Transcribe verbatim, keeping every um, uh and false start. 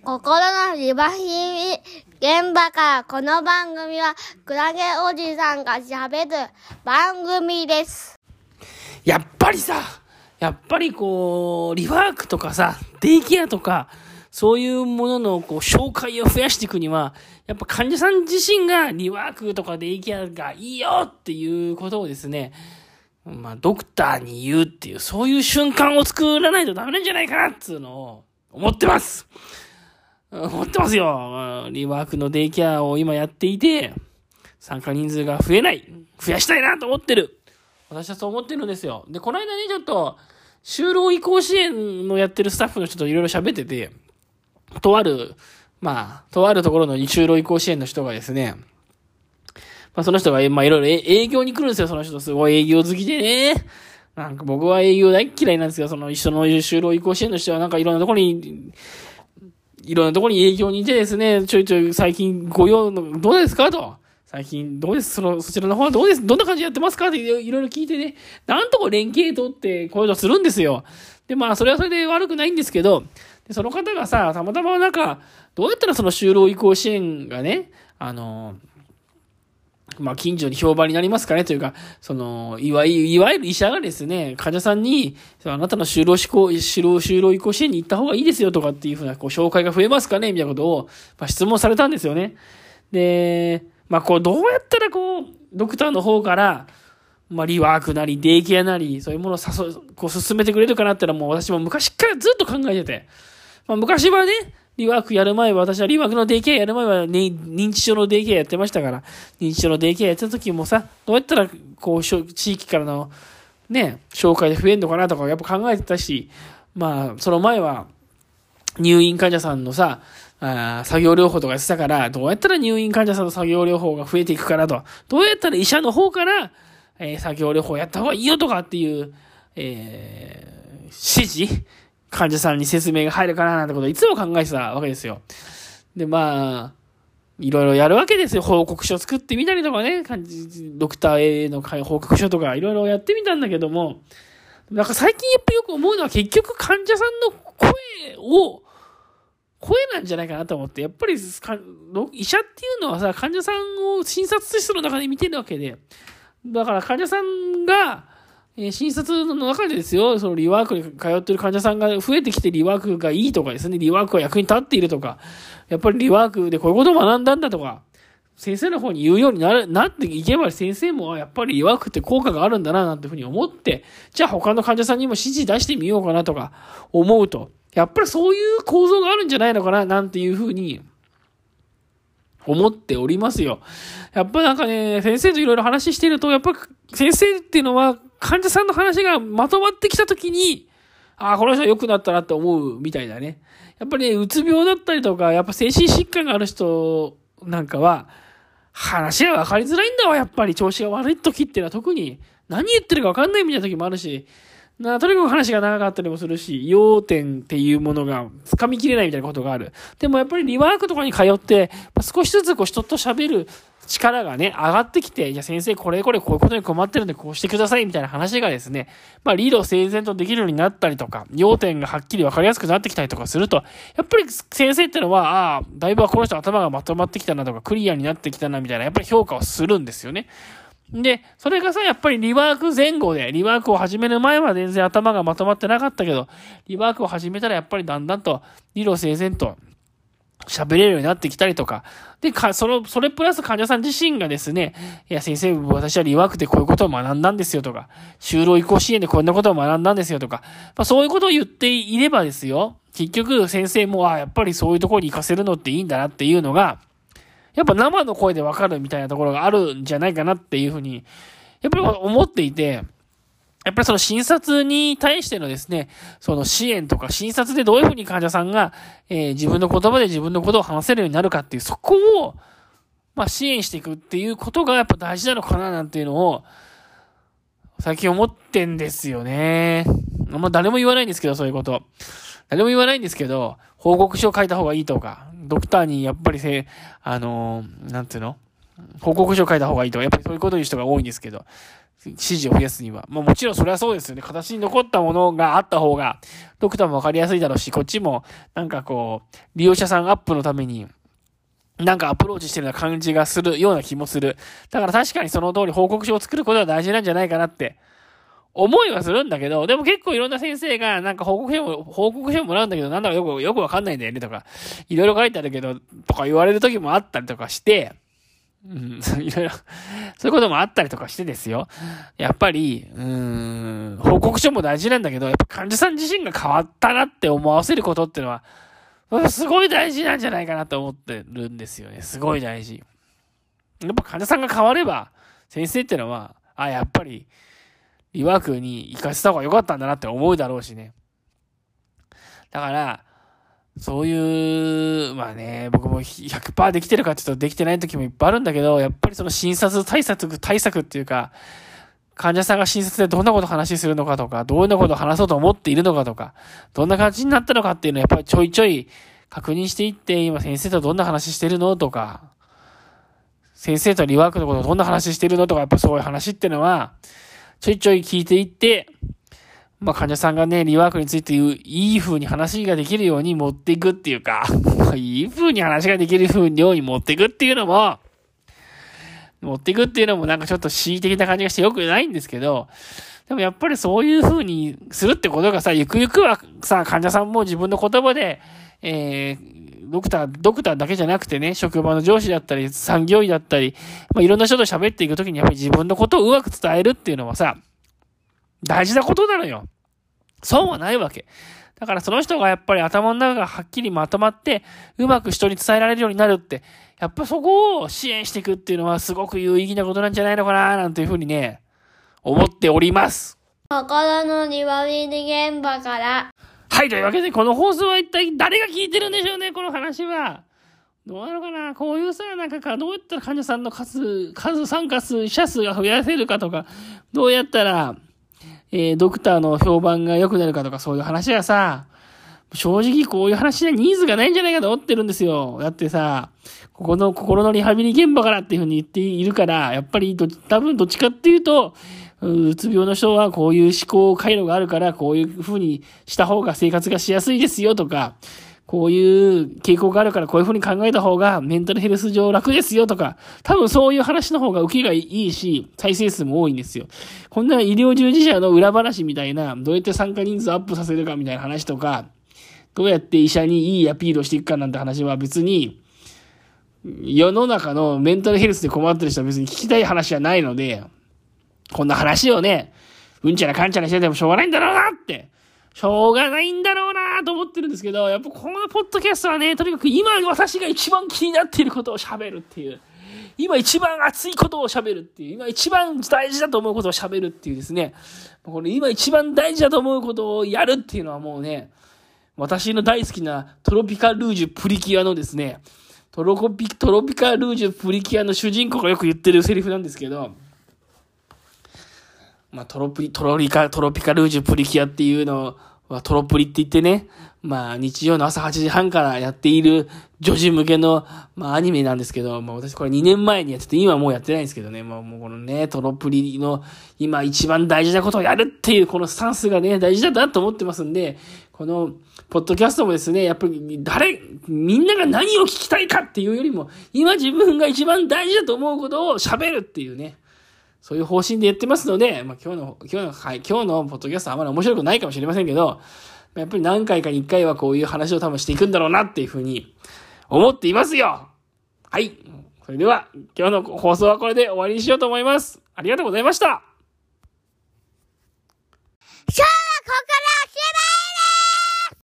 心のリバヒミ現場からこの番組はクラゲおじさんが喋る番組です。 やっぱりさ、やっぱりこう、リワークとかさ、デイケアとか、そういうもののこう紹介を増やしていくには、やっぱ患者さん自身がリワークとかデイケアがいいよっていうことをですね、まあドクターに言うっていう、そういう瞬間を作らないとダメなんじゃないかなっていうのを思ってます。思ってますよ。リワークのデイケアを今やっていて、参加人数が増えない。増やしたいなと思ってる。私はそう思ってるんですよ。で、この間ね、ちょっと、就労移行支援のやってるスタッフの人といろいろ喋ってて、とある、まあ、とあるところの就労移行支援の人がですね、まあその人が、まあいろいろ営業に来るんですよ、その人。すごい営業好きでね。なんか僕は営業大嫌いなんですよ、その一緒の就労移行支援の人はなんかいろんなところに、いろんなところに営業にいてですね、ちょいちょい最近ご用の、どうですかと。最近どうですその、そちらの方はどうですどんな感じでやってますかっていろいろ聞いてね、なんとか連携取ってこういうのするんですよ。で、まあそれはそれで悪くないんですけど、でその方がさ、たまたまなんか、どうやったらその就労移行支援がね、あの、まあ、近所に評判になりますかねというか、その、いわゆる、いわゆる医者がですね、患者さんに、あなたの就労移行、就労、就労移行支援に行った方がいいですよとかっていうふうな、こう、紹介が増えますかねみたいなことを、まあ、質問されたんですよね。で、まあ、こう、どうやったらこう、ドクターの方から、まあ、リワークなり、デイケアなり、そういうものを誘う、こう、進めてくれるかなってのはもう私も昔からずっと考えてて、まあ、昔はね、リワークやる前は、私はリワークのデイケアやる前は、ね、認知症のデイケアやってましたから、認知症のデイケアやってた時もさ、どうやったら、こう、地域からの、ね、紹介で増えんのかなとか、やっぱ考えてたし、まあ、その前は、入院患者さんのさ、あ作業療法とかやってたから、どうやったら入院患者さんの作業療法が増えていくかなと、どうやったら医者の方から、えー、作業療法やった方がいいよとかっていう、えー、指示患者さんに説明が入るかななんてことをいつも考えてたわけですよ。で、まあ、いろいろやるわけですよ。報告書作ってみたりとかね、ドクターへの報告書とかいろいろやってみたんだけども、なんか最近やっぱよく思うのは結局患者さんの声を、声なんじゃないかなと思って、やっぱり医者っていうのはさ、患者さんを診察室の中で見てるわけで、だから患者さんが、えー、診察の中でですよ、そのリワークに通っている患者さんが増えてきてリワークがいいとかですね、リワークが役に立っているとか、やっぱりリワークでこういうことを学んだんだとか、先生の方に言うようになる、なっていけば先生もやっぱりリワークって効果があるんだななんていうふうに思って、じゃあ他の患者さんにも指示出してみようかなとか思うと、やっぱりそういう構造があるんじゃないのかななんていうふうに思っておりますよ。やっぱなんかね、先生といろいろ話していると、やっぱ先生っていうのは患者さんの話がまとまってきたときに、ああ、この人は良くなったなって思うみたいだね。やっぱりね、うつ病だったりとか、やっぱ精神疾患がある人なんかは、話が分かりづらいんだわ、やっぱり調子が悪い時っていうのは特に何言ってるか分かんないみたいな時もあるし、なとにかく話が長かったりもするし、要点っていうものが掴みきれないみたいなことがある。でもやっぱりリワークとかに通って、少しずつこう人と喋る力がね、上がってきて、じゃあ先生これこれこういうことに困ってるんでこうしてくださいみたいな話がですね、まあ理路整然とできるようになったりとか、要点がはっきり分かりやすくなってきたりとかすると、やっぱり先生ってのは、ああ、だいぶこの人頭がまとまってきたなとか、クリアになってきたなみたいな、やっぱり評価をするんですよね。で、それがさ、やっぱりリワーク前後で、リワークを始める前は全然頭がまとまってなかったけど、リワークを始めたらやっぱりだんだんと、理路整然と喋れるようになってきたりとか、で、か、その、それプラス患者さん自身がですね、いや先生、私はリワークでこういうことを学んだんですよとか、就労移行支援でこんなことを学んだんですよとか、まあそういうことを言っていればですよ、結局先生も、あやっぱりそういうところに行かせるのっていいんだなっていうのが、やっぱ生の声でわかるみたいなところがあるんじゃないかなっていうふうに、やっぱり思っていて、やっぱりその診察に対してのですね、その支援とか診察でどういうふうに患者さんが、えー、自分の言葉で自分のことを話せるようになるかっていう、そこを、まあ支援していくっていうことがやっぱ大事なのかななんていうのを、最近思ってんですよね。あんま誰も言わないんですけど、そういうこと。誰も言わないんですけど、報告書を書いた方がいいとか、ドクターにやっぱりせ、あのー、なんていうの報告書を書いた方がいいとか、やっぱりそういうこと言う人が多いんですけど、 指示を増やすには。まあもちろんそれはそうですよね。形に残ったものがあった方が、ドクターもわかりやすいだろうし、こっちもなんかこう、利用者さんアップのために、なんかアプローチしてるような感じがするような気もする。だから確かにその通り報告書を作ることは大事なんじゃないかなって思いはするんだけど、でも結構いろんな先生がなんか報告書を、報告書をもらうんだけど、なんだかよく、よくわかんないんだよねとか、いろいろ書いてあるけど、とか言われる時もあったりとかして、うん、いろいろ、そういうこともあったりとかしてですよ。やっぱり、うーん、報告書も大事なんだけど、やっぱ患者さん自身が変わったなって思わせることっていうのは、すごい大事なんじゃないかなと思ってるんですよね。すごい大事。やっぱ患者さんが変われば、先生ってのは、あ、やっぱり、リワークに行かせた方が良かったんだなって思うだろうしね。だから、そういう、まあね、僕も ひゃくパーセント できてるかちょっとできてない時もいっぱいあるんだけど、やっぱりその診察対策、対策っていうか、患者さんが診察でどんなことを話するのかとか、どんなことを話そうと思っているのかとか、どんな感じになったのかっていうのをやっぱりちょいちょい確認していって、今先生とどんな話してるのとか、先生とリワークのことどんな話してるのとか、やっぱそういう話っていうのは、ちょいちょい聞いていって、まあ患者さんがね、リワークについていい風に話ができるように持っていくっていうか、いい風に話ができる風にように持っていくっていうのも、持っていくっていうのもなんかちょっと恣意的な感じがしてよくないんですけど、でもやっぱりそういう風にするってことがさ、ゆくゆくはさ、患者さんも自分の言葉で、えー、ドクター、ドクターだけじゃなくてね、職場の上司だったり、産業医だったり、まあいろんな人と喋っていくときにやっぱり自分のことをうまく伝えるっていうのはさ、大事なことなのよ。そうはないわけ。だからその人がやっぱり頭の中がはっきりまとまって、うまく人に伝えられるようになるって、やっぱそこを支援していくっていうのはすごく有意義なことなんじゃないのかな、なんていうふうにね、思っております。 心のリハビリ現場から。 はい、というわけでこの放送は一体誰が聞いてるんでしょうね、この話は。どうなのかな、こういうさ、なんかか、どうやったら患者さんの数、数、参加数、者数が増やせるかとか、どうやったら、えー、ドクターの評判が良くなるかとか、そういう話がさ、正直こういう話にはニーズがないんじゃないかと思ってるんですよ。だってさ、ここの心のリハビリ現場からっていうふうに言っているから、やっぱりど、多分どっちかっていうと、うつ病の人はこういう思考回路があるから、こういうふうにした方が生活がしやすいですよとか、こういう傾向があるからこういうふうに考えた方がメンタルヘルス上楽ですよとか、多分そういう話の方が受けがいいし、再生数も多いんですよ。こんな医療従事者の裏話みたいな、どうやって参加人数アップさせるかみたいな話とか、どうやって医者にいいアピールをしていくかなんて話は別に、世の中のメンタルヘルスで困ってる人は別に聞きたい話はないので、こんな話をね、うんちゃらかんちゃらしててもしょうがないんだろうなって、しょうがないんだろうなと思ってるんですけど、やっぱこのポッドキャストはね、とにかく今私が一番気になっていることを喋るっていう、今一番熱いことを喋るっていう、今一番大事だと思うことを喋るっていうですね、これ今一番大事だと思うことをやるっていうのはもうね、私の大好きなトロピカルージュプリキュアのですね、トロコピ、トロピカルージュプリキュアの主人公がよく言ってるセリフなんですけど、まあ、トロプリ、トロリカ、トロピカルージュプリキュアっていうのはトロプリって言ってね、まあ、日曜の朝はちじはんからやっている女児向けの、まあ、アニメなんですけど、まあ、私これにねんまえにやってて、今はもうやってないんですけどね、まあ、もうこのね、トロプリの今一番大事なことをやるっていうこのスタンスがね、大事だなと思ってますんで、この、ポッドキャストもですね、やっぱり誰、みんなが何を聞きたいかっていうよりも、今自分が一番大事だと思うことを喋るっていうね、そういう方針でやってますので、まあ今日の、今日の、はい、今日のポッドキャストはあまり面白くないかもしれませんけど、やっぱり何回かに一回はこういう話を多分していくんだろうなっていうふうに思っていますよ。はい。それでは、今日の放送はこれで終わりにしようと思います。ありがとうございました。 シャー